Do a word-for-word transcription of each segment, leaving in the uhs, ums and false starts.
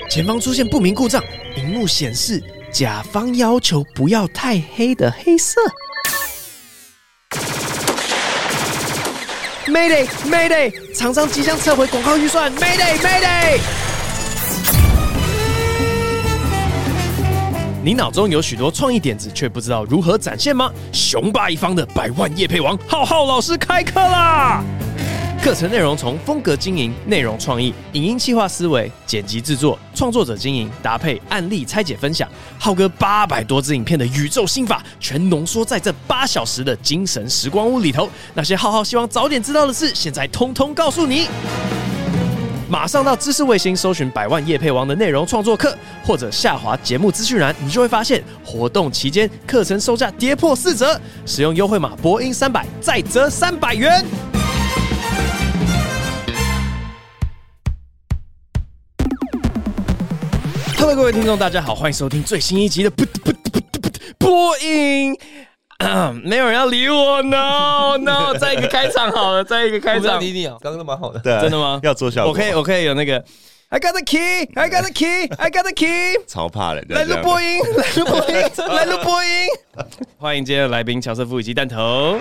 前方出现不明故障，荧幕显示甲方要求不要太黑的黑色。Mayday Mayday， 厂商即将撤回广告预算。Mayday Mayday。你脑中有许多创意点子，却不知道如何展现吗？雄霸一方的百万业配王浩浩老师开课啦！课程内容从风格经营、内容创意、影音企划思维、剪辑制作、创作者经营、搭配、案例拆解分享，浩哥八百多支影片的宇宙心法，全浓缩在这八小时的精神时光屋里头。那些浩浩希望早点知道的事，现在通通告诉你。马上到知识卫星搜寻百万业配王的内容创作课，或者下滑节目资讯栏，你就会发现活动期间课程售价跌破四折，使用优惠码播音三百再折三百元。Hello， 各位听众，大家好，欢迎收听最新一集的不不不不不播音。没有人要理我 ，no no， 再一个开场好了，再一个开场。 我不要理你啊，刚刚都蛮好的。 对、啊， 真的吗？ 要做效果。 我可以，我可以有那个 ，I got the key, I got the key, I got the key。 超怕人， 来录播音，来录播音，来录播音。欢迎今天的来宾乔瑟夫以及弹头。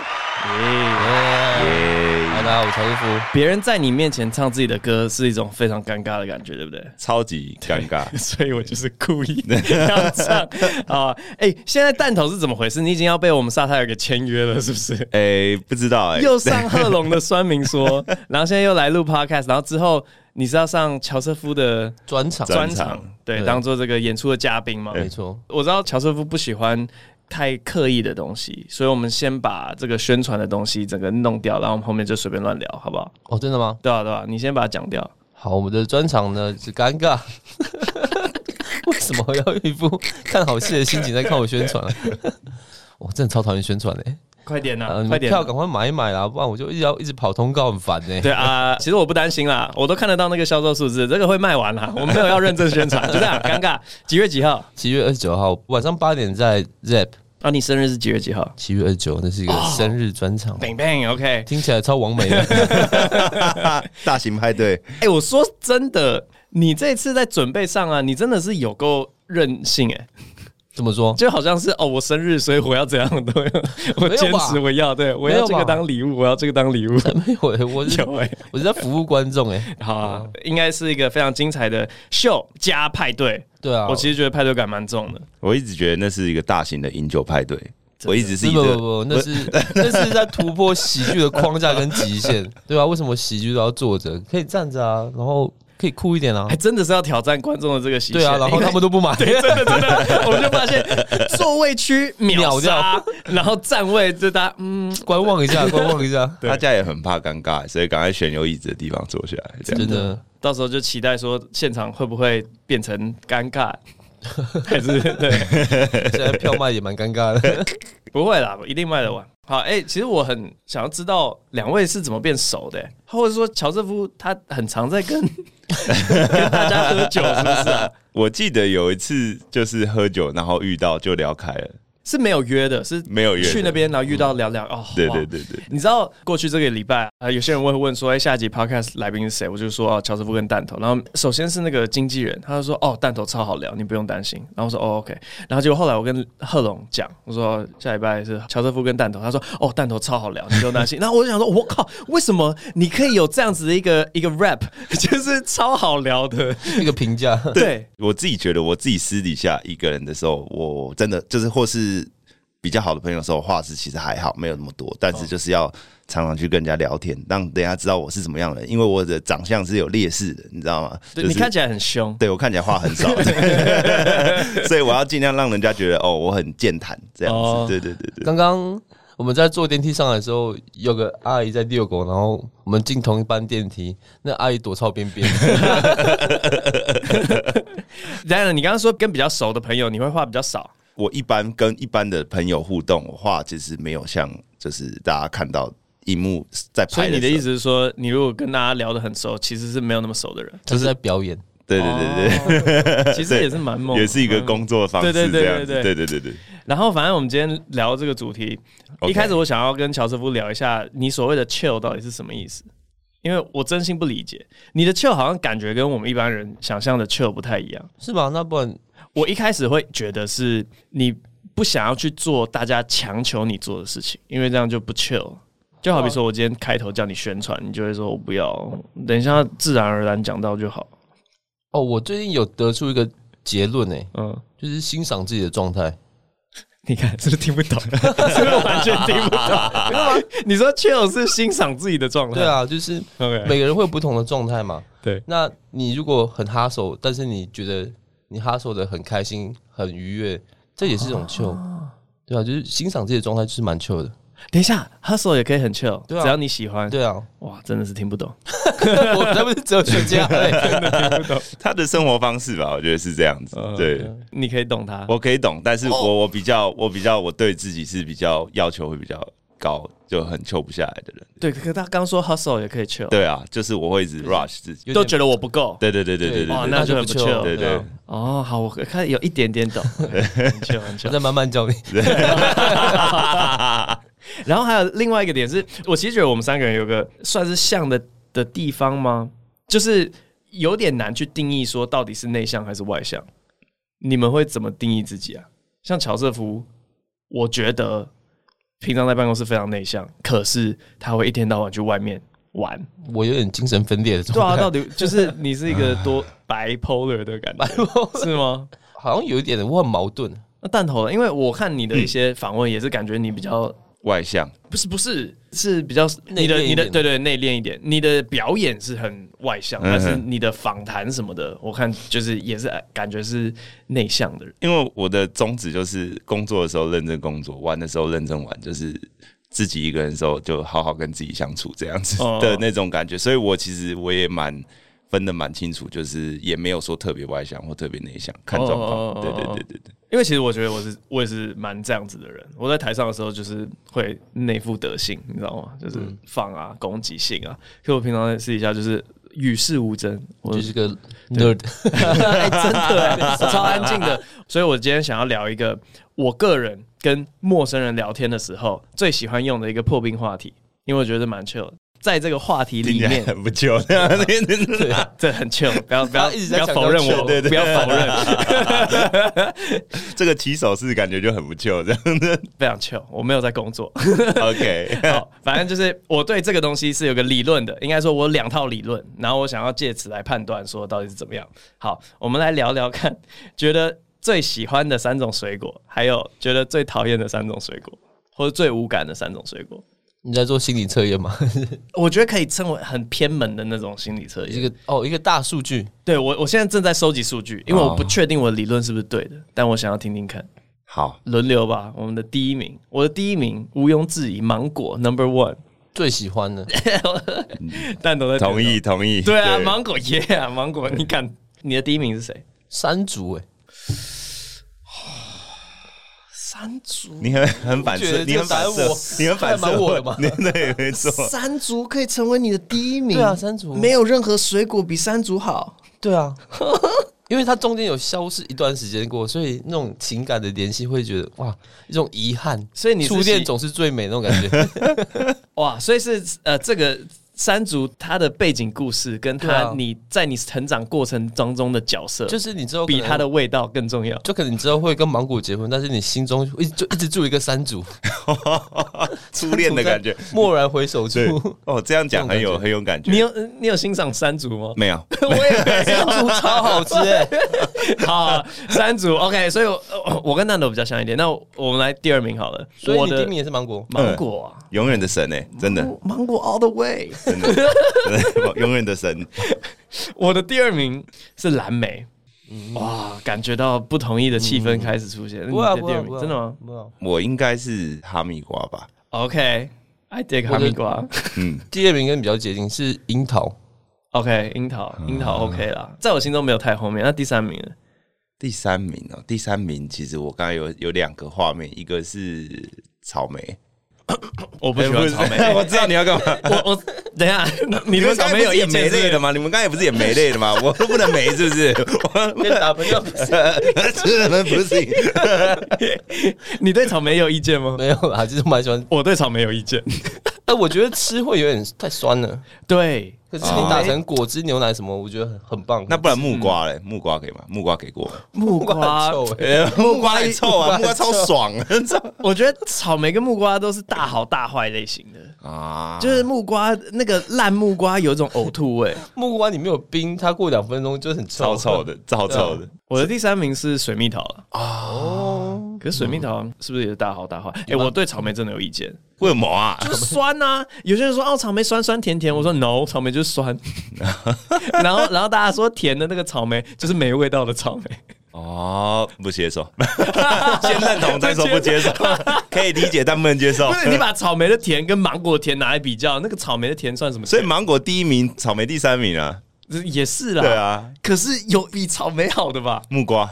耶！大家好，我乔瑟夫。 别人在你面前唱自己的歌是一种非常尴尬的感觉，对不对？ 超级尴尬， 所以我就是故意要唱啊！哎、欸，现在弹头是怎么回事？你已经要被我们萨泰尔给签约了，是不是？ 哎、欸，不知道哎、欸。 又上贺龙的酸民说，然后现在又来录 podcast， 然后之后你是要上乔瑟夫的专场， 专场对，当做这个演出的嘉宾吗？ 没错， 我知道乔瑟夫不喜欢太刻意的东西，所以我们先把这个宣传的东西整个弄掉，然后我们后面就随便乱聊，好不好？ 哦，真的吗？ 对啊，对啊，你先把它讲掉。 好，我们的专场呢是尴尬，为什么要一副看好戏的心情在看我宣传、啊？我真的超讨厌宣传的、欸。 快点啊！ 呃、 快点、啊， 票赶快买一买啦，不然我就一直要一直跑通告，很烦呢、欸。 对啊，其实我不担心啦，我都看得到那个销售数字，这个会卖完啦。我没有要认真宣传，就这样。尴尬。几月几号？ 七月二十九号晚上八点在 Zap。 啊，你生日是几月几号？ 七月二十九，那是一个生日专场。 Bang bang，OK， 听起来超完美的， 大型派对。 哎、欸，我说真的，你这次在准备上啊，你真的是有够任性哎、欸。 怎么说？ 就好像是哦，我生日，所以我要怎样都要，我坚持我要，对我要这个当礼物，我要这个当礼物。 没有，我是有、欸、我是在服务观众哎、欸。 好啊，应该是一个非常精彩的秀加派对。 对啊， 我其实觉得派对感蛮重的。 我一直觉得那是一个大型的饮酒派对。我一直是一不不不，那是那是在突破喜剧的框架跟极限，对吧、啊？为什么喜剧都要坐着？可以站着啊，然后可以酷一点啊！ 还真的是要挑战观众的这个极限。 对啊，然后他们都不买， 对，真的真的，我们就发现座位区秒杀，然后站位就大家嗯观望一下，观望一下。 大家也很怕尴尬，所以赶快选有椅子的地方坐下来。这样真的， 到时候就期待说现场会不会变成尴尬。还是对， 现在票卖也蛮尴尬的， 不会啦，一定卖得完。好，哎、欸，其实我很想要知道两位是怎么变熟的、欸，或者说乔瑟夫他很常在跟跟大家喝酒，是不是啊？ 我记得有一次就是喝酒，然后遇到就聊开了。 是没有约的，是没有约去那边，然后遇到聊聊、嗯、哦。 对对对对， 你知道过去这个礼拜啊，有些人会问说，哎、欸，下一集 podcast 来宾是谁？我就说哦，乔瑟夫跟弹头。然后首先是那个经纪人，他就说哦，弹头超好聊，你不用担心。然后我说哦 OK， 然后结果后来我跟贺龙讲，我说下礼拜是乔瑟夫跟弹头，他说哦，弹头超好聊，你不用担心。然后我就想说，我靠，为什么你可以有这样子的一个一个 rap， 就是超好聊的一个评价？ 对， 我自己觉得，我自己私底下一个人的时候，我真的就是或是。比较好的朋友的时候，话是其实还好，没有那么多，但是就是要常常去跟人家聊天，让人家知道我是什么样的人，因为我的长相是有劣势的，你知道吗？ 对、 就是、 你看起来很凶， 对我看起来话很少，所以我要尽量让人家觉得哦，我很健谈这样子。哦、对对对对。 刚刚我们在坐电梯上来的时候，有个阿姨在遛狗，然后我们进同一班电梯，那阿姨躲超边边。 当然，你刚刚说跟比较熟的朋友，你会话比较少。 我一般跟一般的朋友互动，我话其实没有像就是大家看到荧幕在拍的时候。 所以你的意思是说，你如果跟大家聊得很熟，其实是没有那么熟的人， 就是在表演。 对对对对， 哦、其实也是蛮猛， 也是一个工作方式， 对对对对对对对对对。 然后反正我们今天聊这个主题， okay. 一开始我想要跟乔瑟夫聊一下，你所谓的 chill 到底是什么意思？ 因为我真心不理解你的 chill， 好像感觉跟我们一般人想象的 chill 不太一样， 是吗？那不然我一开始会觉得是你不想要去做大家强求你做的事情，因为这样就不 chill。就好比说我今天开头叫你宣传，你就会说我不要，等一下自然而然讲到就好。 哦，我最近有得出一个结论诶， 嗯， 就是欣赏自己的状态。 你看是不是听不懂？是不是完全听不懂？你说 chill 是欣赏自己的状态？ 对啊，就是每个人会有不同的状态嘛。 对， 那你如果很 hustle， 但是你觉得你 hustle 的很开心、很愉悦，这也是一种 chill，、哦、对啊，就是欣赏自己的状态，就是蛮 chill 的。 等一下 ，hustle 也可以很 chill，、 对啊、 只要你喜欢。 对啊， 哇，真的是听不懂。 我才不是哲学家， 真的听不懂。 他的生活方式吧，我觉得是这样子。呃、对， 你可以懂他， 我可以懂，但是我、哦、我比较我比较我对自己是比较要求会比较高，就很 chill 不下来的人。 对，可是他刚说 hustle 也可以 chill。 对啊，就是我会一直 rush 自己， 都觉得我不够。 对对对对对对， 哦，那就很不 chill。 对对。 哦，好，我看有一点点懂，很 chill 很 chill。 我再慢慢教你。 然后还有另外一个点是，我其实觉得我们三个人有个算是像的的地方吗？就是有点难去定义说到底是内向还是外向。你们会怎么定义自己啊？像乔瑟夫，我觉得平常在办公室非常内向，可是他会一天到晚去外面玩。 我有点精神分裂的状态。 对啊，到底就是你是一个多 bipolar 的感觉，是吗？ 好像有一点，我很矛盾。 那弹头了，因为我看你的一些访问，也是感觉你比较。 外向不是不是是比较你的你的对对内敛一点，你的表演是很外向，嗯、但是你的访谈什么的，我看就是也是感觉是内向的人。 因为我的宗旨就是工作的时候认真工作，玩的时候认真玩，就是自己一个人的时候就好好跟自己相处这样子的那种感觉。所以我其实我也蛮分得蛮清楚，就是也没有说特别外向或特别内向，看状况。对对对对对。 因为其实我觉得我是我也是蛮这样子的人，我在台上的时候就是会内附德性，你知道吗？就是放啊、攻击性啊。可我平常在私底下就是与世无争，我就是个 nerd， 欸、真的、欸，超安静的。所以我今天想要聊一个我个人跟陌生人聊天的时候最喜欢用的一个破冰话题，因为我觉得蛮 chill 的。在这个话题里面， 很不 chill， 对，这很 chill， 不要不要不要否认我， 对对对， 不要否认。 这个起手式感觉就很不 chill， 这样子非常 chill。我没有在工作 ，OK， 好，反正就是我对这个东西是有个理论的，应该说我有两套理论，然后我想要借此来判断说到底是怎么样。好，我们来聊聊看，觉得最喜欢的三种水果，还有觉得最讨厌的三种水果，或者最无感的三种水果。 你在做心理测验吗？ 我觉得可以称为很偏门的那种心理测验。 一个哦，一个大数据。 对我，我现在正在收集数据，因为我不确定我的理论是不是对的，但我想要听听看。 好， 轮流吧。我们的第一名，我的第一名毋庸置疑，芒果 number one， 最喜欢的。 但都在同意同意。 对啊，芒果耶啊，芒果，你敢？你的第一名是谁？ 山竹哎、欸。 山竹， 你很很反射，你很反射，你很反射我的吗？ 对，没错。 山竹可以成为你的第一名， 对啊，山竹没有任何水果比山竹好。 对啊，因为它中间有消失一段时间过，所以那种情感的联系会觉得哇，一种遗憾。 所以你初恋总是最美那种感觉。 哇，所以是呃这个。山竹它的背景故事跟它你在你成长过程当中的角色， 就是你之后比它的味道更重要。 就可能你之后会跟芒果结婚，但是你心中一就一直住一个山竹， 初恋的感觉， 蓦然回首处。 哦，这样讲很有很有感觉。 你有你有欣赏山竹吗？ 没有， 我也没有。 山竹超好吃哎、 欸。好，山竹 OK， 所以我我跟难斗比较像一点。那我们来第二名好了。 所以你第一名也是芒果， 芒果啊， 永远的神哎、欸，真的， 芒果 all the way。 真的，永远的神。 我的第二名是蓝莓，嗯、哇，感觉到不同意的气氛开始出现。 不啊， 你的第二名真的吗？ 我应该是哈密瓜吧。 OK，I take 哈密瓜。 嗯，第二名跟比较接近是樱桃。 OK， 樱桃，樱桃 OK 啦，在我心中没有太后面。那第三名呢？ 第三名哦，第三名其实我刚才有有两个画面，一个是草莓。 我不喜欢草莓， 欸、我知道你要干嘛。 我我等一下，你对草莓有意见莓类的吗？你们刚才也不是演莓类的吗？我都不能莓，是不是？ 跟打朋友不是， 不是。 你对草莓有意见吗？ 没有啦，就是蛮喜欢。 我对草莓有意见。 哎，我觉得吃会有点太酸了。 对， 可是你打成果汁牛奶什么，我觉得很很棒。 那不然木瓜嘞？木瓜可以吗？木瓜给过吗？ 木瓜， 木瓜很臭啊，木瓜超爽。 我觉得草莓跟木瓜都是大好大坏类型的啊，就是木瓜那个烂木瓜有一种呕吐味， 木瓜里面有冰，它过两分钟就很臭， 超臭的，超臭的。 我的第三名是水蜜桃了哦，可是水蜜桃是不是也是大好大坏？哎、欸，我对草莓真的有意见。 为什么啊？ 就是酸啊！有些人说哦，草莓酸酸甜甜，我说 no， 草莓就是酸。然后，然后大家说甜的那个草莓就是没味道的草莓。 哦，不接受，先认同再说不接受，可以理解但不能接受。 不是你把草莓的甜跟芒果的甜拿来比较，那个草莓的甜算什么甜？ 所以芒果第一名，草莓第三名啊， 也是啦。 对啊， 可是有比草莓好的吧？ 木瓜。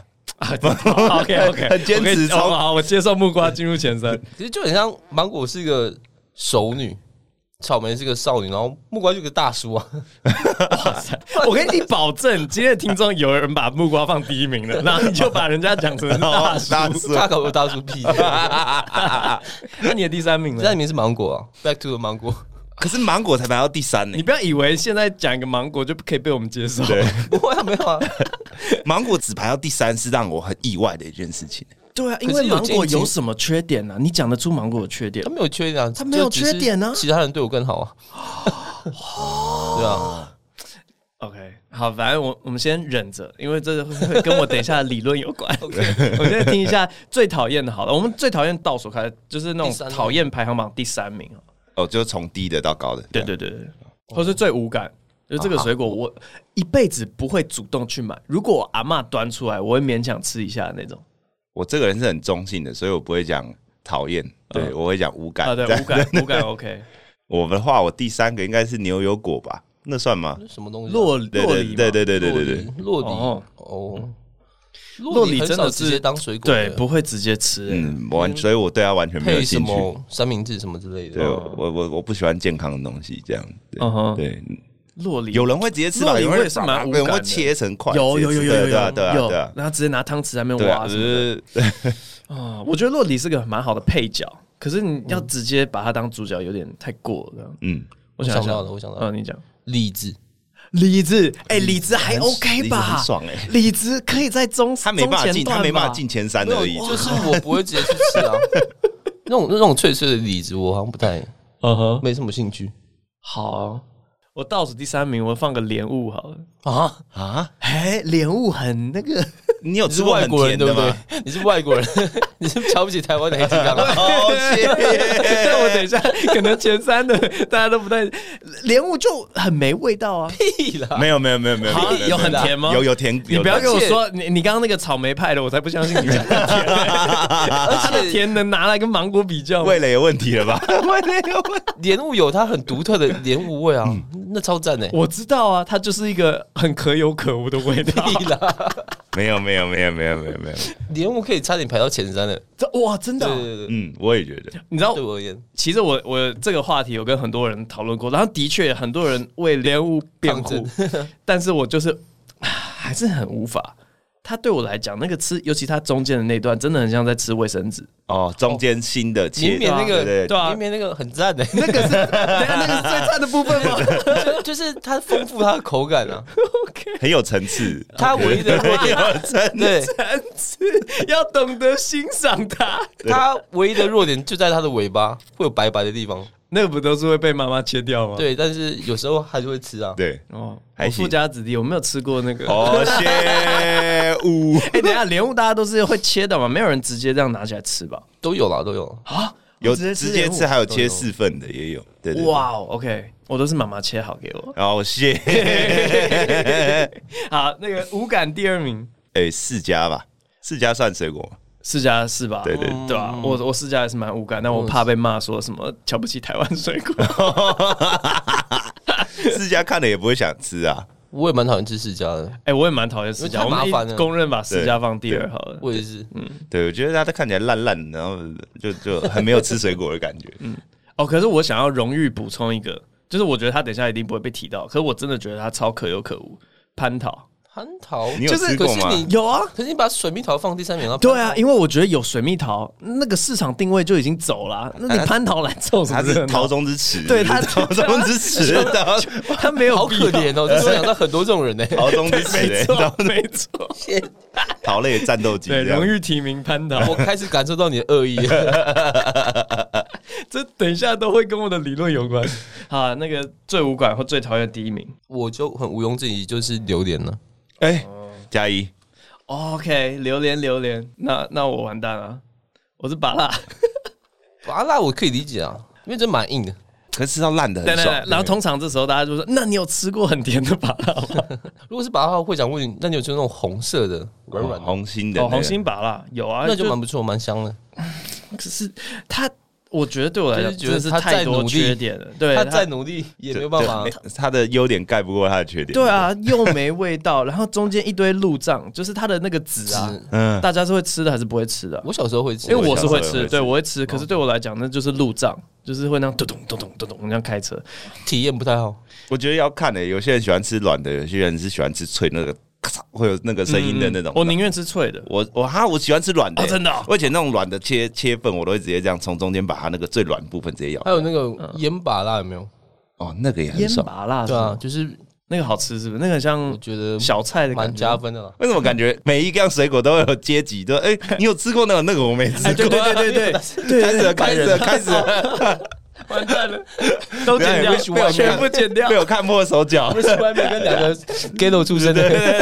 OK OK， 很坚持超好，我接受木瓜进入前三。 其实就很像芒果是一个熟女，草莓是个少女，然后木瓜就是个大叔啊！ 哇塞！我跟你保证，今天的听众有人把木瓜放第一名了，然后你就把人家讲成大叔， 大叔， 他搞个大叔屁！ 那你的第三名呢？ 第三名是芒果啊 ，Back to the 芒果。 可是芒果才排到第三呢、欸， 你不要以为现在讲一个芒果就可以被我们接受。 对， 不会啊，没有啊。 芒果只排到第三是让我很意外的一件事情。 对啊，因为芒果有什么缺点呢、啊？你讲得出芒果的缺点？ 它没有缺点啊， 它没有缺点呢、啊。 其他人对我更好啊。对啊。 OK， 好，反正我我们先忍着，因为这会跟我等一下的理论有关。OK， 我先听一下最讨厌的，好了，我们最讨厌倒数开始，就是那种讨厌排行榜第三名哦，就是从低的到高的， 对对对对，或是最无感，就这个水果我一辈子不会主动去买，如果我阿嬷端出来，我会勉强吃一下的那种。 我这个人是很中性的，所以我不会讲讨厌，对、嗯、我会讲无感。 啊，对，无感，无感 OK。 我的话，我第三个应该是牛油果吧？那算吗？ 什么东西、啊？ 洛洛梨， 对对对对对对， 洛梨哦。 哦洛梨真的是直接当水果， 对，不会直接吃、欸。 嗯，完，所以我对它完全没有兴趣。 配什么三明治什么之类的。 对，我我我不喜欢健康的东西，这样。对，uh-huh. 对洛梨有人会直接吃吧？有人会是蛮无感的， 有人会切成块， 有有有有有对啊对啊对啊， 然后直接拿汤匙在那边挖什么的。啊，我觉得洛梨是个蛮好的配角，可是你要直接把它当主角有点太过了。嗯， 我想到了，我想到了， 嗯，你讲李子。 李子，哎、欸，李子还 OK 吧？ 很爽哎、欸， 李子可以在中， 他没办法进，他没办法进前三而已。 就是我不会直接去吃啊，那种那种脆脆的李子，我好像不太，嗯哼，没什么兴趣。 好，我倒数第三名，我放个莲雾好了。 啊啊，哎，莲雾很那个， 你有吃过很甜的吗？ 你是外国人，你是瞧不起台湾的黑金刚吗？ 哦， 但我等一下，可能前三的大家都不太，莲雾就很没味道啊。 屁啦， 没有没有没有没有， 有很甜吗？ 有有甜， 你不要跟我说你你刚刚那个草莓派的，我才不相信你讲的甜。而且甜能拿来跟芒果比较， 味蕾有问题了吧？ 味蕾有问题。 莲雾有它很独特的莲雾味啊，那超赞的。 我知道啊，它就是一个很可有可无的味道。 屁啦， 没有没有没有没有没有没有， 莲雾可以差点排到前三的。 哇，真的、啊？ 对对对， 嗯，我也觉得。 你知道， 对我而言， 其实我我这个话题有跟很多人讨论过，然后的确很多人为莲雾辩护，但是我就是还是很无法。它对我来讲，那个吃，尤其它中间的那段，真的很像在吃卫生纸哦。中间新的切， 绵绵那个， 对对啊， 绵绵那个很赞的， 那个是，等下那个是最赞的部分吗？ 就就是它丰富它的口感啊 ，OK， 很有层次。 它唯一的弱点， 对，层次要懂得欣赏它。 它唯一的弱点就在它的尾巴会有白白的地方。 那个不都是会被妈妈切掉吗？ 对，但是有时候还是会吃啊。 对， 哦，我富家子弟，我没有吃过那个。 哦，谢雾。 哎，等一下，莲雾大家都是会切的嘛，没有人直接这样拿起来吃吧？ 都有啦，都有啊， 有直接吃，还有切四份的也有。对对。 哇哦 ，OK， 我都是妈妈切好给我。 哦，谢。 好，那个无感第二名， 哎，释迦吧，释迦算水果吗？ 释迦是吧？ 对对对吧、啊？我我释迦也是蛮无感，但我怕被骂说什么瞧不起台湾水果。 释迦看了也不会想吃啊。 我也蛮讨厌吃释迦的， 哎、欸，我也蛮讨厌释迦， 太麻烦了。 公认把释迦放第二好了。 我也是， 嗯，对，我觉得它看起来烂烂的，然后就就很没有吃水果的感觉。嗯， 哦，可是我想要荣誉补充一个，就是我觉得他等一下一定不会被提到，可是我真的觉得他超可有可无。蟠桃。 蟠桃， 你有吃过吗？ 可是你有啊， 可是你把水蜜桃放第三名了。 对啊，因为我觉得有水蜜桃那个市场定位就已经走了，那你蟠桃来凑什么热闹？ 它是桃中之耻， 对，它桃中之耻， 它没有好可怜哦，就是想到很多这种人呢， 桃中之耻， 没错没错， 桃类战斗机， 对，荣誉提名蟠桃， 我开始感受到你的恶意。 这等一下都会跟我的理论有关。好，那个最无感或最讨厌第一名， 我就很毋庸置疑，就是榴莲了。 哎，加一 ，OK， 榴莲榴莲，那那我完蛋了，我是芭乐， 芭乐我可以理解啊，因为这蛮硬的。 可是吃到烂的很爽。 然后通常这时候大家就说：“那你有吃过很甜的芭乐吗？” 如果是芭乐，会想问你，那你有吃那种红色的、软软的、 红心的？ 哦，红心芭乐有啊， 那就蛮不错，蛮香的。 可是它，我觉得对我来讲， 觉得是太多缺点了。对， 他再努力也没有办法， 他的优点盖不过他的缺点。 对啊，又没味道，然后中间一堆路障，就是它的那个籽啊，嗯，大家是会吃的还是不会吃的？ 我小时候会吃， 因为我是会吃，对我会吃。可是对我来讲，那就是路障，就是会那样咚咚咚咚咚咚那样开车， 体验不太好。 我觉得要看的，有些人喜欢吃软的，有些人是喜欢吃脆那个。会有那个声音的那种， 我宁愿吃脆的。 我我哈，我喜欢吃软的， 真的。 我以前那种软的切切份，我都会直接这样从中间把它那个最软部分直接咬。 还有那个腌芭乐有没有？ 哦，那个也很爽。 腌芭乐， 对啊，就是那个好吃，是不是？那个像我觉得小菜的蛮加分的。 为什么感觉每一样水果都有阶级？对，哎，你有吃过那个？那个我没吃过。 对对对对对， 开始了，开始了，开始了。 完蛋了，都剪掉，全部剪掉， 被我看破手脚。 不是外面跟两个 ghetto 出身的，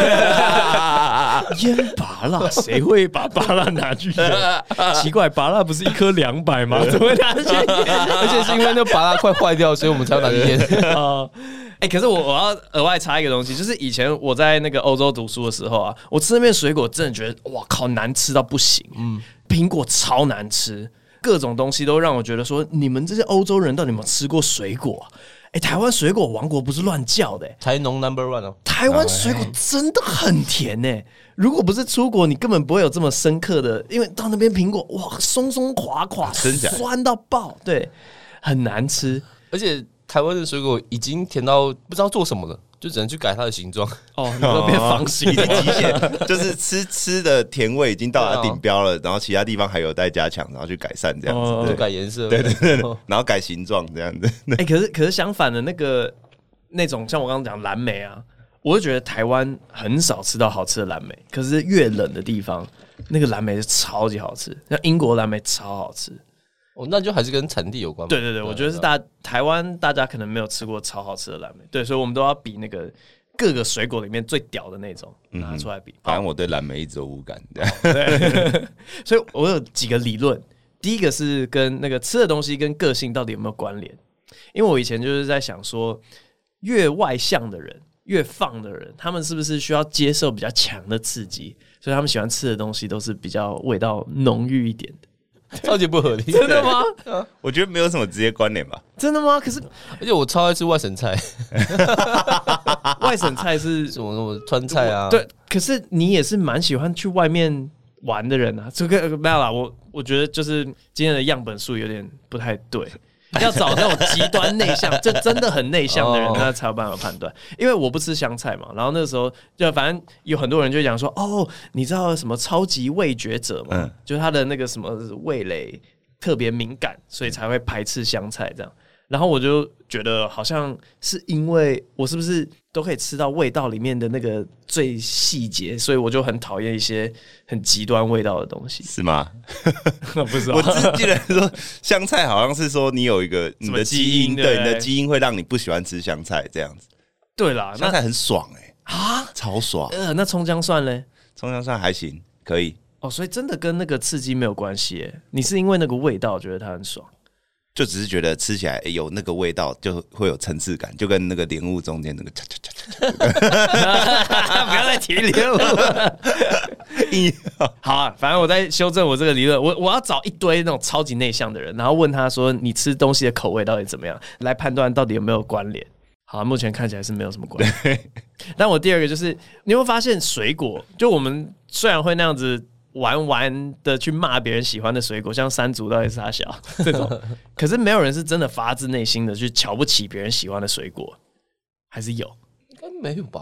腌芭乐，谁会把芭乐拿去腌？奇怪，芭乐不是一颗两百吗？怎么会拿去腌？ 而且是因为那芭乐快坏掉，所以我们才要拿去腌。 啊，哎，可是我我要额外插一个东西，就是以前我在那个欧洲读书的时候啊，我吃那边水果真的觉得哇靠，难吃到不行。嗯，苹果超难吃。各种东西都让我觉得说，你们这些欧洲人到底有没有吃过水果？哎、欸，台湾水果王国不是乱叫的、欸， 台农 number one 哦。 台湾水果真的很甜呢、欸。如果不是出国，你根本不会有这么深刻的，因为到那边苹果哇，松松垮垮，酸到爆，对，很难吃。 而且台湾的水果已经甜到不知道做什么了。就只能去改它的形状哦，你说变方形， 已经极限，就是吃吃的甜味已经到达顶标了，然后其他地方还有待加强，然后去改善这样子， 哦、就改颜色， 对对对，然后改形状这样子。 哎、欸，可是可是相反的那个那种，像我刚刚讲蓝莓啊，我就觉得台湾很少吃到好吃的蓝莓，可是越冷的地方，那个蓝莓是超级好吃，像英国蓝莓超好吃。 哦，那就还是跟产地有关嘛。 对对对，我觉得是大台湾大家可能没有吃过超好吃的蓝莓，对，所以我们都要比那个各个水果里面最屌的那种拿出来比。 嗯、反正我对蓝莓一直都无感， 对，所以我有几个理论。第一个是跟那个吃的东西跟个性到底有没有关联？因为我以前就是在想说，越外向的人、越放的人，他们是不是需要接受比较强的刺激？所以他们喜欢吃的东西都是比较味道浓郁一点的。 超级不合理， 真的吗？ 我觉得没有什么直接关联吧。 真的吗？可是， 而且我超爱吃外省菜， 外省菜是什么什么川菜啊？ 对，可是你也是蛮喜欢去外面玩的人啊。这个没有啦，我我觉得就是今天的样本数有点不太对。要找那种极端内向，就真的很内向的人，他才有办法判断。因为我不吃香菜嘛，然后那个时候就反正有很多人就讲说，哦，你知道什么超级味觉者吗？嗯、就是他的那个什么味蕾特别敏感，所以才会排斥香菜这样。然后我就觉得好像是因为我是不是都可以吃到味道里面的那个最细节，所以我就很讨厌一些很极端味道的东西， 是吗？ 不知道， 我只记得说香菜好像是说你有一个你的基因，对，你的基因会让你不喜欢吃香菜这样子。 对啦， 香菜很爽哎、欸、啊，超爽。 呃，那葱姜蒜嘞？ 葱姜蒜还行，可以。 哦，所以真的跟那个刺激没有关系哎，你是因为那个味道觉得它很爽。 就只是觉得吃起来有那个味道，就会有层次感，就跟那个莲雾中间那个嚓嚓嚓嚓， 不要再提莲雾了。好啊，反正我在修正我这个理论，我我要找一堆那种超级内向的人，然后问他说：“你吃东西的口味到底怎么样？”来判断到底有没有关联。好、啊，目前看起来是没有什么关联。但我第二个就是，你会发现水果，就我们虽然会那样子。玩玩的去骂别人喜欢的水果，像山竹到底是啥小这种，可是没有人是真的发自内心的去瞧不起别人喜欢的水果，还是有？ 应该没有吧？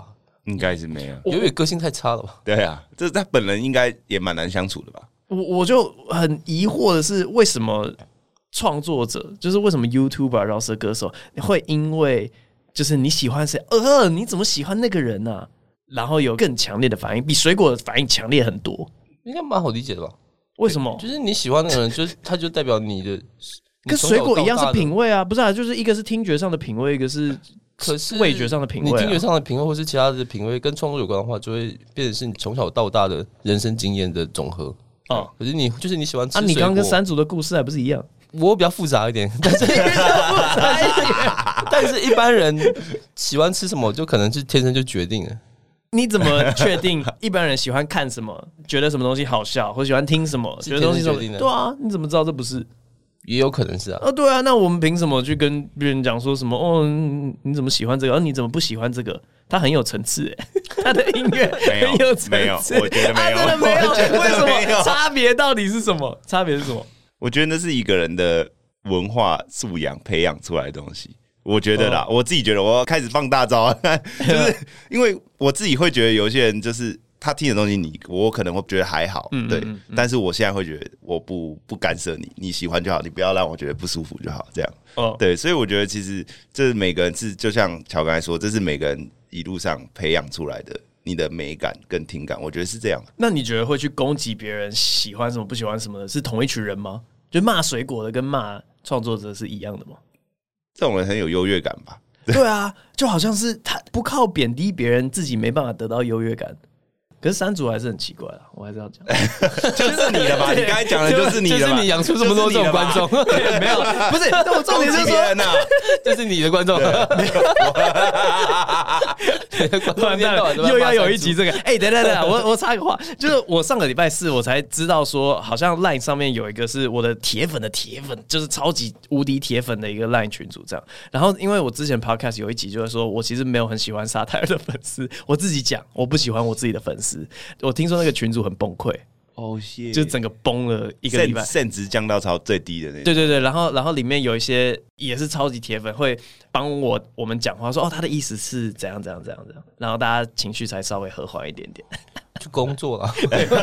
应该是没有， 有点个性太差了吧？ 对啊，这他本人应该也蛮难相处的吧？ 我我就很疑惑的是，为什么创作者，就是为什么 YouTuber 饶舌歌手会因为就是你喜欢谁，呃，你怎么喜欢那个人啊？然后有更强烈的反应，比水果的反应强烈很多。 应该蛮好理解的吧？ 为什么？ 就是你喜欢那个人，就是他就代表你的， 跟水果一样是品味啊，不是啊？就是一个是听觉上的品味，一个是可是味觉上的品味、啊。 你听觉上的品味，或是其他的品味跟创作有关的话，就会变成是你从小到大的人生经验的总和。哦，可是你就是你喜欢吃水果， 啊，你刚刚跟山竹的故事还不是一样？ 我比较复杂一点，但是但是一般人喜欢吃什么，就可能是天生就决定了。 你怎么确定一般人喜欢看什么，觉得什么东西好笑，或喜欢听什么，觉得东西什么？对啊，你怎么知道这不是？ 也有可能是啊。 啊，对啊，那我们凭什么去跟别人讲说什么？哦，你怎么喜欢这个？哦，你怎么不喜欢这个？他很有层次哎，他的音乐很有层次， 没有，我觉得没有， 真的没有。为什么？差别到底是什么？差别是什么？ 我觉得那是一个人的文化素养培养出来的东西。我觉得啦，哦、我自己觉得我要开始放大招，就是因为我自己会觉得有些人就是他听的东西你，我可能会觉得还好，嗯、对、嗯嗯，但是我现在会觉得我不不干涉你，你喜欢就好，你不要让我觉得不舒服就好，这样。哦，对，所以我觉得其实这每个人是就像乔刚才说，这是每个人一路上培养出来的。你的美感跟听感，我觉得是这样。 那你觉得会去攻击别人喜欢什么不喜欢什么的，是同一群人吗？就骂水果的跟骂创作者是一样的吗？ 这种人很有优越感吧？ 对啊，就好像是他不靠贬低别人，自己没办法得到优越感。可是山竹还是很奇怪啦，我还是要讲， 就是你的吧？你刚才讲的就是你的吧？ 就是你养出这么多这种观众， 没有，不是。但我重点是说， 这是你的观众， 完蛋了，又要有一集这个。哎、欸，等等等，我我插个话，就是我上个礼拜四我才知道说，好像 LINE 上面有一个是我的铁粉的铁粉，就是超级无敌铁粉的一个 LINE 群组这样。然后因为我之前 Podcast 有一集就是说我其实没有很喜欢沙泰尔的粉丝，我自己讲我不喜欢我自己的粉丝。我听说那个群组很崩溃，哦，就整个崩了一个礼拜， 甚值降到超最低的那种。 对对对，然后然后里面有一些也是超级铁粉，会帮我我们讲话说哦，他的意思是怎样怎样怎样怎样，然后大家情绪才稍微和缓一点点。 去工作了，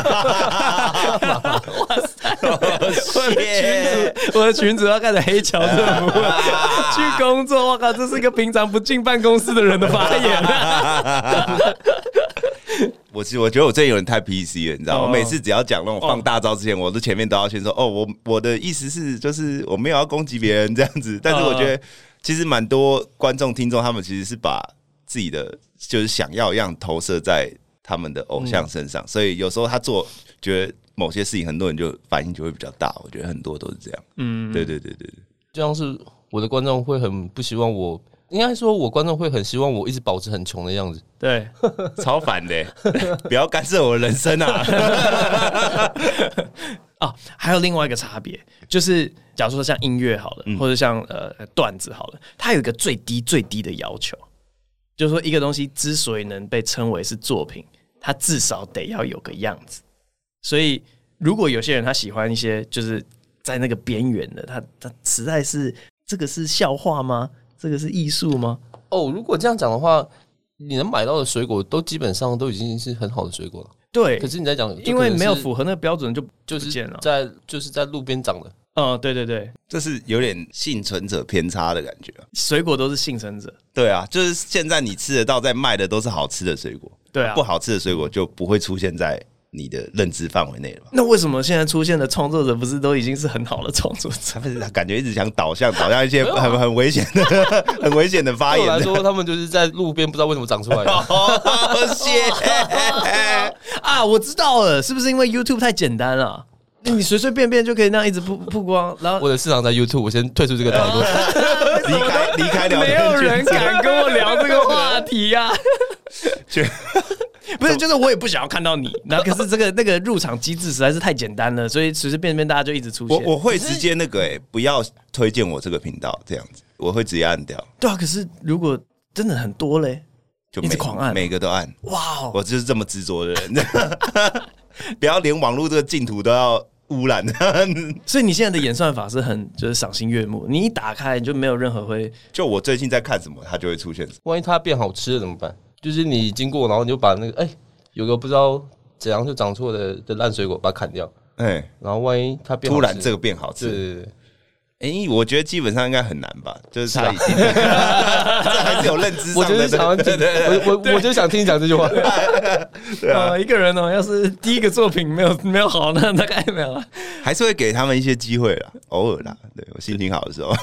哇塞！我的群主，我的群主要开始黑桥政府了。去工作，我靠，这是一个平常不进办公室的人的发言。 我其实我觉得我最近有点太 P C 了，你知道吗？ Oh. 我每次只要讲那种放大招之前， oh. 我的前面都要先说哦，我我的意思是就是我没有要攻击别人这样子，但是我觉得其实蛮多观众听众他们其实是把自己的就是想要一样投射在他们的偶像身上，嗯、所以有时候他做觉得某些事情，很多人就反应就会比较大。我觉得很多都是这样。嗯，对对对对对， 就像是我的观众会很不希望我。应该说，我观众会很希望我一直保持很穷的样子。 对， 超烦的，不要干涉我的人生啊！ 哦，还有另外一个差别，就是假如说像音乐好了，嗯、或者像呃段子好了，它有一个最低最低的要求，就是说一个东西之所以能被称为是作品，它至少得要有个样子。所以，如果有些人他喜欢一些就是在那个边缘的，他他实在是这个是笑话吗？这个是艺术吗？ 哦，如果这样讲的话，你能买到的水果都基本上都已经是很好的水果了。 对， 可是你在讲， 因为没有符合那个标准就就是在就是在路边长的。 嗯，对对对， 这是有点幸存者偏差的感觉。 水果都是幸存者。 对啊，就是现在你吃得到在卖的都是好吃的水果， 对啊， 不好吃的水果就不会出现在你的认知范围内了。 那为什么现在出现的创作者不是都已经是很好的创作者？ 他们感觉一直想导向导向一些很很危险的、很危险的发言。 对我来说，他们就是在路边不知道为什么长出来的。 哦，谢啊，我知道了，是不是因为 YouTube 太简单了？你随随便便就可以那样一直曝曝光，然后我的市场在 YouTube， 我先退出这个讨论， 离开离开聊天圈，没有人敢跟我聊这个话题啊。不是，就是我也不想要看到你，然后可是这个那个入场机制实在是太简单了，所以随随便便大家就一直出现。 我我会直接那个哎、欸，不要推荐我这个频道这样子，我会直接按掉。 对啊，可是如果真的很多嘞， 就一直狂按， 每个都按。 哇、wow ， 我就是这么执着的人，不要连网络这个净土都要污染。 所以你现在的演算法是很就是赏心悦目，你一打开你就没有任何会。 就我最近在看什么，它就会出现什么。 万一它变好吃了怎么办？ 就是你经过，然后你就把那个哎、欸、有个不知道怎样就长错的的烂水果把它砍掉，哎、欸，然后万一它变突然这个变好吃， 对对对。 哎、欸，我觉得基本上应该很难吧，就是他已经，这还是有认知上的。 我就是想要听，我我我就想听你讲这句话。 对啊，一个人哦，要是第一个作品没有没有好，那大概没有了。 还是会给他们一些机会啦，偶尔啦。对我心情好的时候，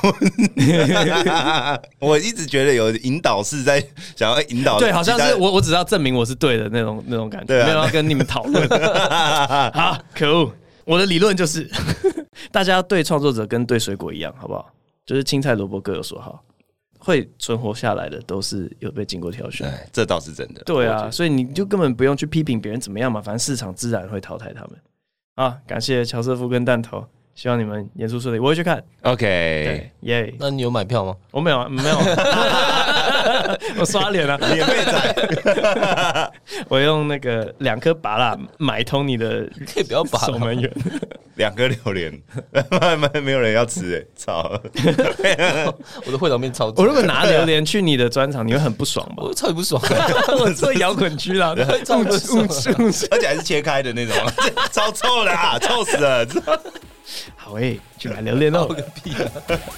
我一直觉得有引导是在想要引导， 对，好像是我我只要证明我是对的那种那种感觉，啊、没有要跟你们讨论。好，可恶。我的理论就是，大家对创作者跟对水果一样，好不好？就是青菜萝卜各有所好，会存活下来的都是有被经过挑选。 这倒是真的。 对啊，所以你就根本不用去批评别人怎么样嘛，反正市场自然会淘汰他们。啊，感谢乔瑟夫跟弹头，希望你们演出顺利，我会去看。 OK， 对，耶、yeah ！ 那你有买票吗？ 我没有，没有，我刷脸啊， 免费仔。 我用那个两颗芭乐买通你的， 可以不要把守门员， 两颗榴莲，没有人要吃哎、欸，操！ 我的会场面超级。 我如果拿榴莲去你的专场，你会很不爽吧？ 我超级不爽， 我做摇滚区啦， 超不爽， 而且还是切开的那种，超臭的啊，臭死了！ 好诶、欸，去买榴莲哦， 个屁啊！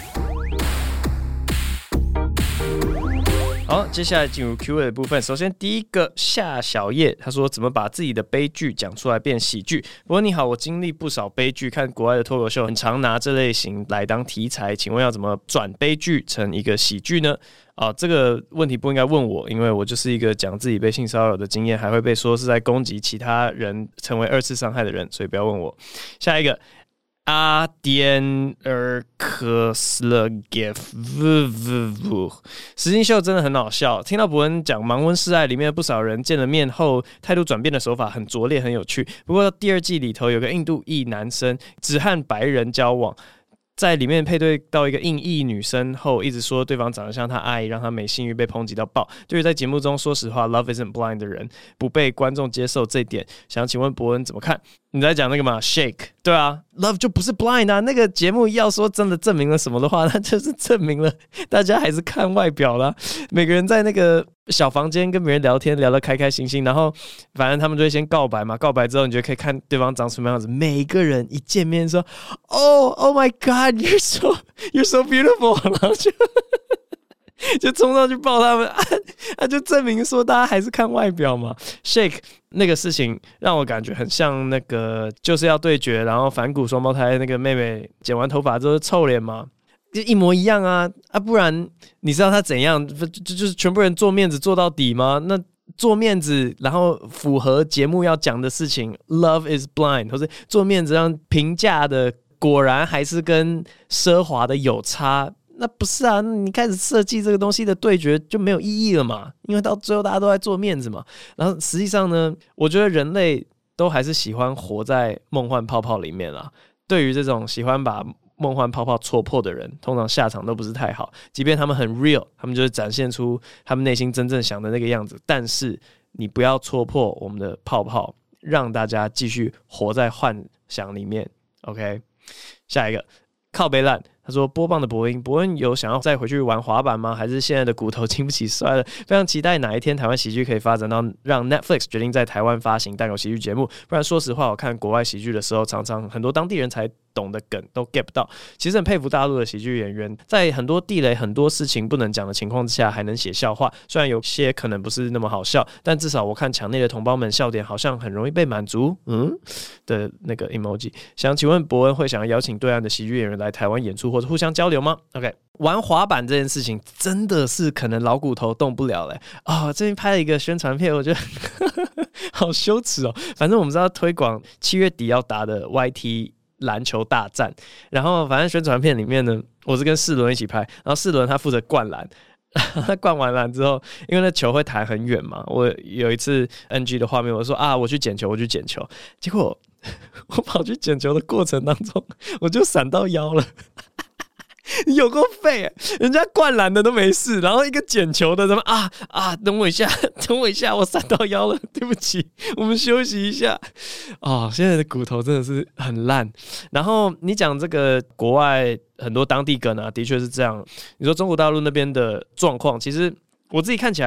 好，接下来进入 Q A 的部分。首先，第一个夏小叶他说：“怎么把自己的悲剧讲出来变喜剧？”不过你好，我经历不少悲剧，看国外的脱口秀很常拿这类型来当题材。请问要怎么转悲剧成一个喜剧呢？啊，这个问题不应该问我，因为我就是一个讲自己被性骚扰的经验，还会被说是在攻击其他人，成为二次伤害的人，所以不要问我。下一个。阿典尔科斯勒杰夫，实境秀真的很好笑。听到伯恩讲《盲温示爱》里面不少人见了面后态度转变的手法很拙劣，很有趣。不过第二季里头有个印度裔男生只和白人交往，在里面配对到一个印裔女生后，一直说对方长得像他阿姨，让他没性欲，被抨击到爆。对于在节目中说实话 "Love isn't blind" 的人，不被观众接受这一点，想请问伯恩怎么看？你在讲那个嘛 ？Shake， 对啊 ，Love 就不是 blind 啊。那个节目要说真的证明了什么的话，那就是证明了大家还是看外表啦。每个人在那个小房间跟别人聊天，聊得开开心心，然后反正他们就会先告白嘛。告白之后，你就可以看对方长什么样子。每个人一见面说 "Oh, oh my God, you're so, you're so beautiful"， 然后就就冲上去抱他们，啊，啊就证明说大家还是看外表嘛。Shake 那个事情让我感觉很像那个就是要对决，然后反骨双胞胎那个妹妹剪完头发之后臭脸嘛，就一模一样啊啊！不然你知道他怎样？就就是全部人做面子做到底吗？那做面子，然后符合节目要讲的事情 ，Love is blind， 或是做面子让评价的果然还是跟奢华的有差。那不是啊，你开始设计这个东西的对决就没有意义了嘛，因为到最后大家都在做面子嘛。然后实际上呢，我觉得人类都还是喜欢活在梦幻泡泡里面啦。对于这种喜欢把梦幻泡泡戳破的人，通常下场都不是太好。即便他们很 real， 他们就是展现出他们内心真正想的那个样子，但是你不要戳破我们的泡泡，让大家继续活在幻想里面。OK， 下一个靠北烂。他说：“播棒的伯恩，伯恩有想要再回去玩滑板吗？还是现在的骨头经不起摔了？非常期待哪一天台湾喜剧可以发展到让 Netflix 决定在台湾发行单口喜剧节目。不然说实话，我看国外喜剧的时候，常常很多当地人才懂的梗都 get 不到。其实很佩服大陆的喜剧演员，在很多地雷、很多事情不能讲的情况之下，还能写笑话。虽然有些可能不是那么好笑，但至少我看墙内的同胞们笑点好像很容易被满足。嗯的那个 emoji。想请问伯恩会想要邀请对岸的喜剧演员来台湾演出，或者互相交流吗 ？OK， 玩滑板这件事情真的是可能老骨头动不了嘞、欸。啊、哦，这边拍了一个宣传片，我觉得好羞耻哦。反正我们知道推广七月底要打的 Y T 篮球大战，然后反正宣传片里面呢，我是跟世伦一起拍，然后世伦他负责灌篮。他灌完篮之后，因为那球会弹很远嘛，我有一次 N G 的画面，我说啊，我去捡球，我去捡球，结果我跑去捡球的过程当中，我就闪到腰了。有够废、欸，人家灌篮的都没事，然后一个捡球的，怎么啊啊？等我一下，等我一下，我闪到腰了，对不起，我们休息一下。哦，现在的骨头真的是很烂。然后你讲这个国外很多当地梗啊，的确是这样。你说中国大陆那边的状况，其实我自己看起来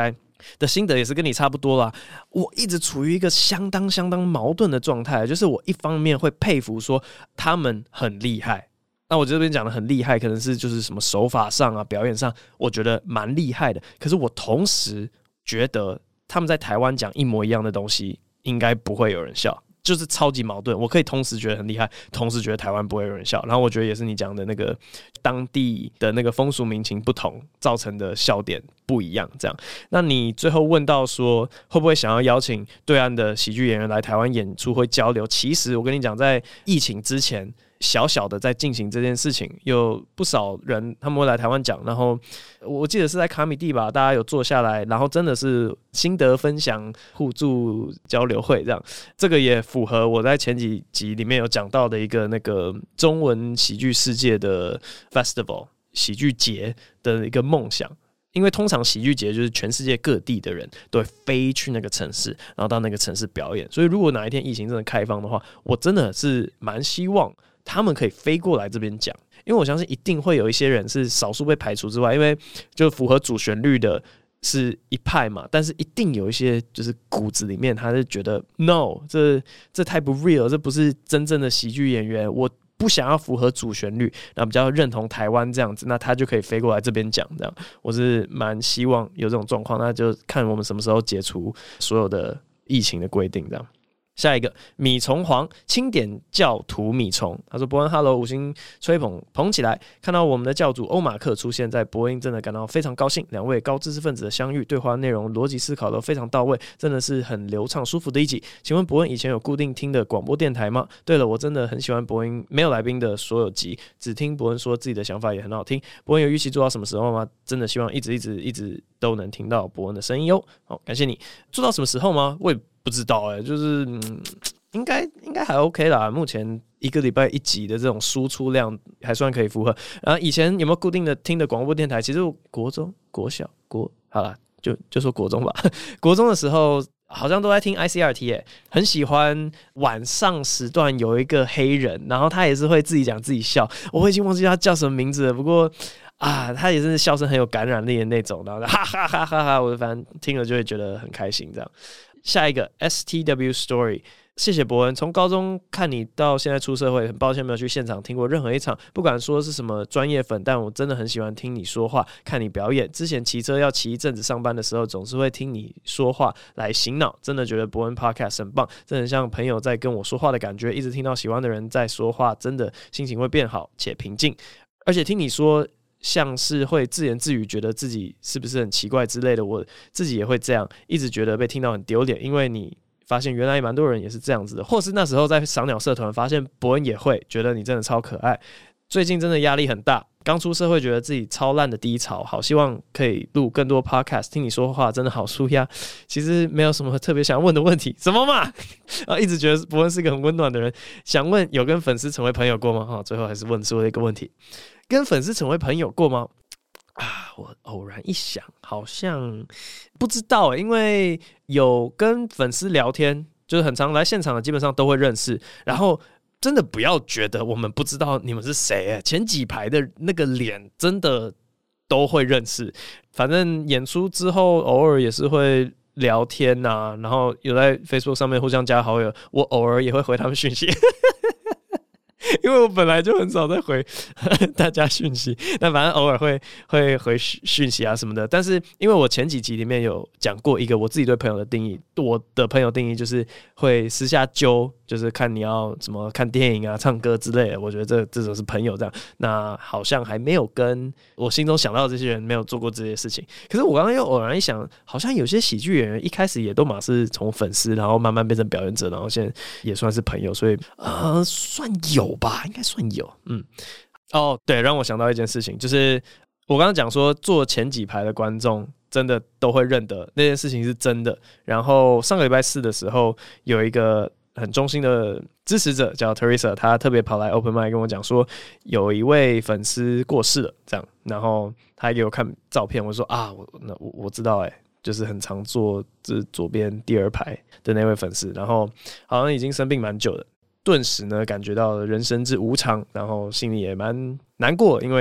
的心得也是跟你差不多啦。我一直处于一个相当相当矛盾的状态，就是我一方面会佩服说他们很厉害，那我这边讲的很厉害，可能是就是什么手法上啊、表演上，我觉得蛮厉害的。可是我同时觉得他们在台湾讲一模一样的东西，应该不会有人笑。就是超级矛盾，我可以同时觉得很厉害，同时觉得台湾不会有人笑。然后我觉得也是你讲的那个当地的那个风俗民情不同造成的笑点不一样。这样，那你最后问到说会不会想要邀请对岸的喜剧演员来台湾演出会交流？其实我跟你讲，在疫情之前，小小的在进行这件事情，有不少人他们会来台湾讲，然后我记得是在卡米地吧，大家有坐下来，然后真的是心得分享、互助交流会这样。这个也符合我在前几集里面有讲到的一个那个中文喜剧世界的 festival 喜剧节的一个梦想。因为通常喜剧节就是全世界各地的人都会飞去那个城市，然后到那个城市表演。所以如果哪一天疫情真的开放的话，我真的是蛮希望他们可以飞过来这边讲，因为我相信一定会有一些人是少数被排除之外，因为就符合主旋律的是一派嘛，但是一定有一些就是骨子里面他是觉得 no， 这这太不 real， 这不是真正的喜剧演员，我不想要符合主旋律，那比较认同台湾这样子，那他就可以飞过来这边讲这样。我是蛮希望有这种状况，那就看我们什么时候解除所有的疫情的规定这样。下一个米虫黄清点教徒米虫，他说伯恩 Hello 五星吹捧捧起来，看到我们的教主欧马克出现在伯恩，真的感到非常高兴。两位高知识分子的相遇，对话内容逻辑思考都非常到位，真的是很流畅舒服的一集。请问伯恩以前有固定听的广播电台吗？对了，我真的很喜欢伯恩没有来宾的所有集，只听伯恩说自己的想法也很好听。伯恩有预期做到什么时候吗？真的希望一直一直一直都能听到伯恩的声音哟。好，感谢你。做到什么时候吗？我也不知道哎、欸，就是、嗯、应该应该还 OK 啦。目前一个礼拜一集的这种输出量还算可以符合。然后以前有没有固定的听的广播电台？其实我国中、国小、国好啦，就就说国中吧。国中的时候好像都在听 I C R T 哎、欸，很喜欢晚上时段有一个黑人，然后他也是会自己讲自己笑，我已经忘记他叫什么名字了，不过。啊，他也是笑声很有感染力的那种，然后哈哈哈哈哈，我反正听了就会觉得很开心。这样，下一个 S T W Story， 谢谢伯恩。从高中看你到现在出社会，很抱歉没有去现场听过任何一场，不管说是什么专业粉，但我真的很喜欢听你说话，看你表演。之前骑车要骑一阵子上班的时候，总是会听你说话来醒脑，真的觉得伯恩 Podcast 很棒，真的很像朋友在跟我说话的感觉。一直听到喜欢的人在说话，真的心情会变好且平静。而且听你说。像是会自言自语，觉得自己是不是很奇怪之类的，我自己也会这样，一直觉得被听到很丢脸，因为你发现原来蛮多人也是这样子的，或是那时候在赏鸟社团发现伯恩也会，觉得你真的超可爱。最近真的压力很大，刚出社会觉得自己超烂的低潮，好希望可以录更多 podcast， 听你说话真的好舒压。其实没有什么特别想问的问题，什么嘛？啊，一直觉得伯恩是一个很温暖的人，想问有跟粉丝成为朋友过吗？哈，最后还是问出了一个问题。跟粉丝成为朋友过吗？啊，我偶然一想，好像不知道欸，因为有跟粉丝聊天，就是很常来现场的，基本上都会认识。然后真的不要觉得我们不知道你们是谁欸，前几排的那个脸真的都会认识。反正演出之后，偶尔也是会聊天啊，然后有在 Facebook 上面互相加好友，我偶尔也会回他们讯息。因为我本来就很少在回大家讯息，但反正偶尔会会回讯息啊什么的。但是因为我前几集里面有讲过一个我自己对朋友的定义，我的朋友定义就是会私下揪，就是看你要什么看电影啊、唱歌之类的。我觉得这这种是朋友这样。那好像还没有跟我心中想到的这些人没有做过这些事情。可是我刚刚又偶然一想，好像有些喜剧演员一开始也都嘛是从粉丝，然后慢慢变成表演者，然后现在也算是朋友，所以呃算有。吧，应该算有，嗯，哦，对，让我想到一件事情，就是我刚刚讲说，坐前几排的观众真的都会认得那件事情是真的。然后上个礼拜四的时候，有一个很忠心的支持者叫 Teresa， 她特别跑来 Open Mic 跟我讲说，有一位粉丝过世了，这样，然后她还给我看照片，我说啊，我那我我知道、欸，哎。就是很常坐这左边第二排的那位粉丝，然后好像已经生病蛮久的。顿时呢，感觉到人生之无常，然后心里也蛮难过，因为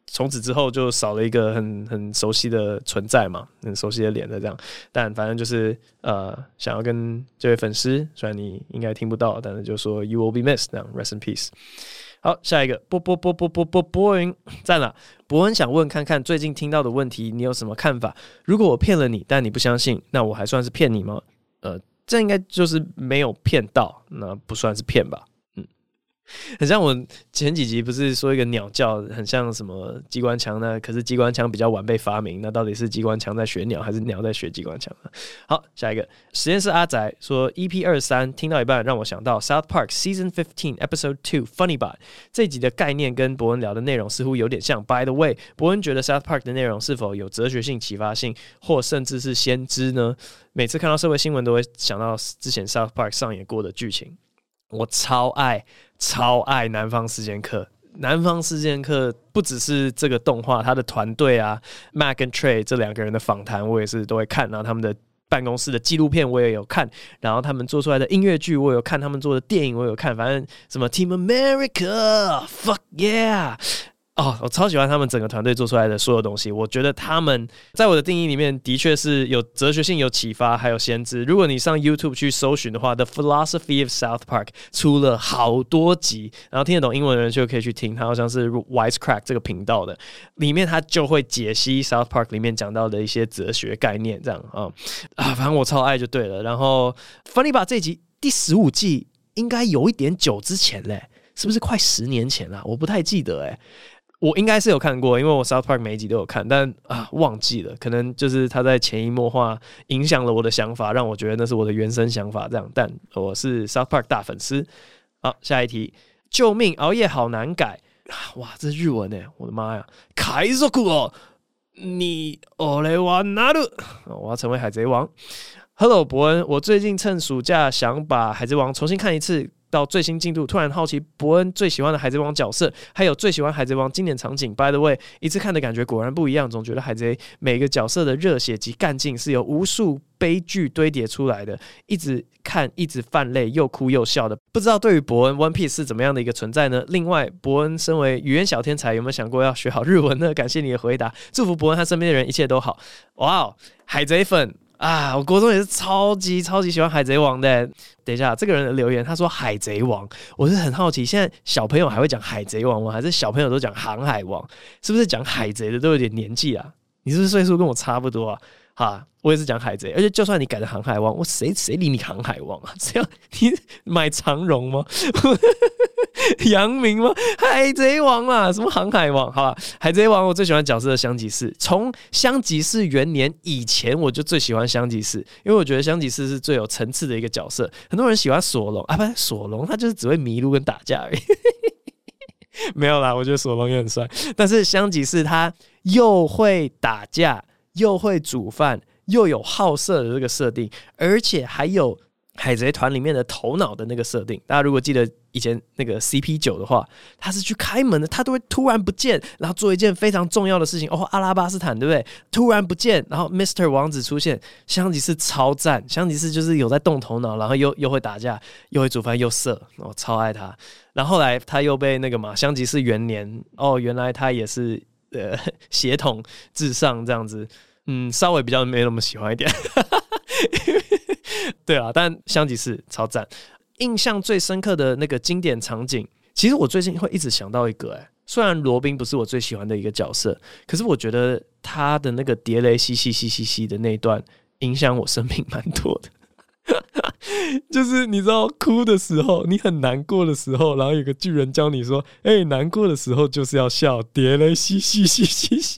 从此之后就少了一个很很熟悉的存在嘛，很熟悉的脸在这样。但反正就是呃，想要跟这位粉丝，虽然你应该听不到，但是就说 You will be missed， 这样 Rest in peace。好，下一个波波波波波波波恩赞了。伯恩想问看看最近听到的问题，你有什么看法？如果我骗了你，但你不相信，那我还算是骗你吗？呃，这应该就是没有骗到，那不算是骗吧。很像我前几集不是说一个鸟叫很像什么机关枪呢？可是机关枪比较晚被发明，那到底是机关枪在学鸟，还是鸟在学机关枪呢？好，下一个实验室阿宅说 E P 二十三 听到一半让我想到 South Park Season fifteen Episode two Funny Bot 这一集的概念跟伯恩聊的内容似乎有点像。By the way， 伯恩觉得 South Park 的内容是否有哲学性、启发性，或甚至是先知呢？每次看到社会新闻都会想到之前 South Park 上演过的剧情。我超爱超爱南方四剑客，南方四剑客不只是这个动画，他的团队啊 ，Mac 跟 Trey 这两个人的访谈我也是都会看，然后他们的办公室的纪录片我也有看，然后他们做出来的音乐剧我有看，他们做的电影我有看，反正什么 Team America，Fuck yeah。哦，我超喜欢他们整个团队做出来的所有东西。我觉得他们在我的定义里面的确是有哲学性、有启发，还有先知。如果你上 YouTube 去搜寻的话 ，The Philosophy of South Park 出了好多集，然后听得懂英文的人就可以去听。它好像是 Wisecrack 这个频道的，里面它就会解析 South Park 里面讲到的一些哲学概念，这样啊啊，反正我超爱就对了。然后 Funny Bot 这一集第十五季应该有一点久之前嘞，是不是快十年前啦？我不太记得哎。我应该是有看过，因为我 South Park 每一集都有看，但啊忘记了，可能就是他在潜移默化影响了我的想法，让我觉得那是我的原生想法这样。但我是 South Park 大粉丝。好，下一题，救命，熬夜好难改。哇，这是日文耶，我的妈呀！海賊王，你俺はなる，我要成为海贼王。Hello， 伯恩，我最近趁暑假想把海贼王重新看一次。到最新进度，突然好奇伯恩最喜欢的海贼王角色，还有最喜欢海贼王经典场景。By the way， 一次看的感觉果然不一样，总觉得海贼每个角色的热血及干劲是由无数悲剧堆叠出来的，一直看一直泛泪，又哭又笑的。不知道对于伯恩 One Piece 是怎么样的一个存在呢？另外，伯恩身为语言小天才，有没有想过要学好日文呢？感谢你的回答，祝福伯恩和身边的人一切都好。哇哦，海贼粉！啊，我国中也是超级超级喜欢海贼王的。等一下，这个人的留言他说海贼王，我是很好奇，现在小朋友还会讲海贼王吗？还是小朋友都讲航海王？是不是讲海贼的都有点年纪啊？你是不是岁数跟我差不多啊？哈，我也是讲海贼，而且就算你改成航海王，我谁谁理你航海王啊？这样你买长荣吗？阳明吗？海贼王啊，什么航海王？好吧，海贼王我最喜欢角色的香吉士，从香吉士元年以前我就最喜欢香吉士，因为我觉得香吉士是最有层次的一个角色。很多人喜欢索隆啊，不是索隆，他就是只会迷路跟打架而已。没有啦，我觉得索隆也很帅，但是香吉士他又会打架，又会煮饭，又有好色的这个设定，而且还有海贼团里面的头脑的那个设定。大家如果记得以前那个 C P 九 的话，他是去开门的，他都会突然不见，然后做一件非常重要的事情。哦，阿拉巴斯坦对不对？突然不见，然后 Mister 王子出现，香吉士超赞，香吉士就是有在动头脑，然后又又会打架，又会煮饭，又色，我超爱他。然后后来他又被那个嘛，香吉士元年，哦，原来他也是呃血统至上这样子，嗯，稍微比较没那么喜欢一点。对啊，但香吉士超赞。印象最深刻的那个经典场景，其实我最近会一直想到一个、欸，虽然罗宾不是我最喜欢的一个角色，可是我觉得他的那个蝶雷嘻嘻嘻嘻嘻的那一段影响我生命蛮多的。就是你知道哭的时候，你很难过的时候，然后有个巨人教你说：“哎、欸，难过的时候就是要笑，蝶雷嘻嘻嘻嘻嘻。”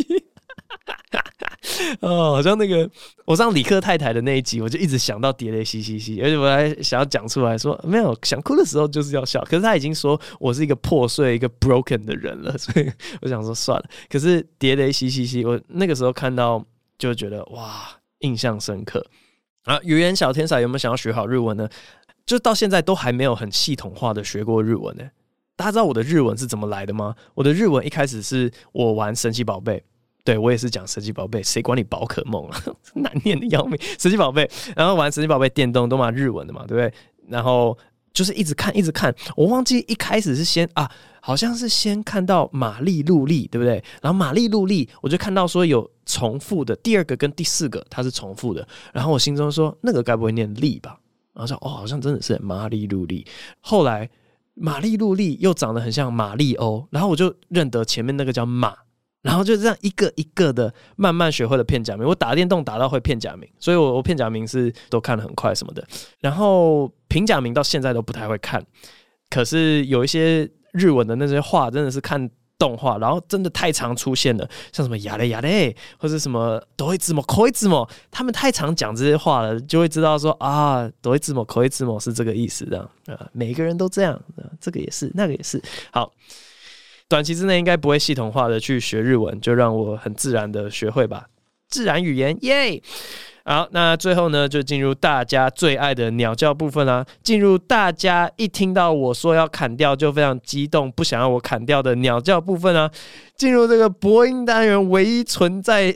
哦，好像那个我上理科太太的那一集，我就一直想到蝶雷嘻嘻嘻，而且我还想要讲出来说，没有想哭的时候就是要笑。可是他已经说我是一个破碎、一个 broken 的人了，所以我想说算了。可是蝶雷嘻嘻嘻，我那个时候看到就觉得哇，印象深刻。啊，语言小天才有没有想要学好日文呢？就到现在都还没有很系统化的学过日文呢。大家知道我的日文是怎么来的吗？我的日文一开始是我玩神奇宝贝。对，我也是讲神奇宝贝，谁管你宝可梦啊？难念的要命，神奇宝贝。然后玩神奇宝贝电动都嘛日文的嘛，对不对？然后就是一直看一直看，我忘记一开始是先啊，好像是先看到玛丽露丽，对不对？然后玛丽露丽，我就看到说有重复的，第二个跟第四个它是重复的，然后我心中说那个该不会念丽吧？然后说哦，好像真的是玛丽露丽。后来玛丽露丽又长得很像马里欧，然后我就认得前面那个叫马。然后就这样一个一个的慢慢学会了片假名，我打电动打到会片假名，所以我我片假名是都看得很快什么的。然后平假名到现在都不太会看，可是有一些日文的那些话真的是看动画，然后真的太常出现了，像什么呀嘞呀嘞，或者什么多一字母口一字母，他们太常讲这些话了，就会知道说啊，多一字母口一字母是这个意思这样，啊，每个人都这样，啊，这个也是，那个也是，好。短期之内应该不会系统化的去学日文，就让我很自然的学会吧。自然语言，耶！好，那最后呢，就进入大家最爱的鸟叫部分啦、啊。进入大家一听到我说要砍掉就非常激动，不想要我砍掉的鸟叫部分啊。进入这个播音单元唯一存在，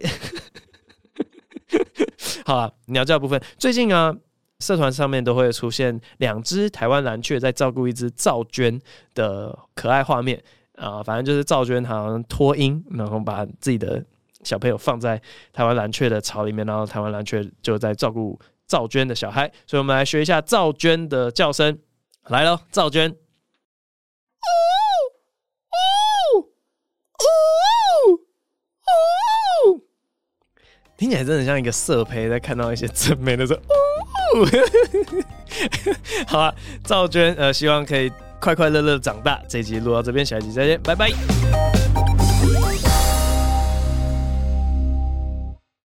好啦，鸟叫部分，最近啊。社团上面都会出现两只台湾蓝雀在照顾一只噪鹃的可爱画面啊、呃，反正就是噪鹃好像脱音，然后把自己的小朋友放在台湾蓝雀的巢里面，然后台湾蓝雀就在照顾噪鹃的小孩，所以我们来学一下噪鹃的叫声，来咯，噪鹃。听起来真的像一个色胚在看到一些正妹的时候，好啊，噪鹃，呃，希望可以快快乐乐长大。这一集录到这边，下一集再见，拜拜。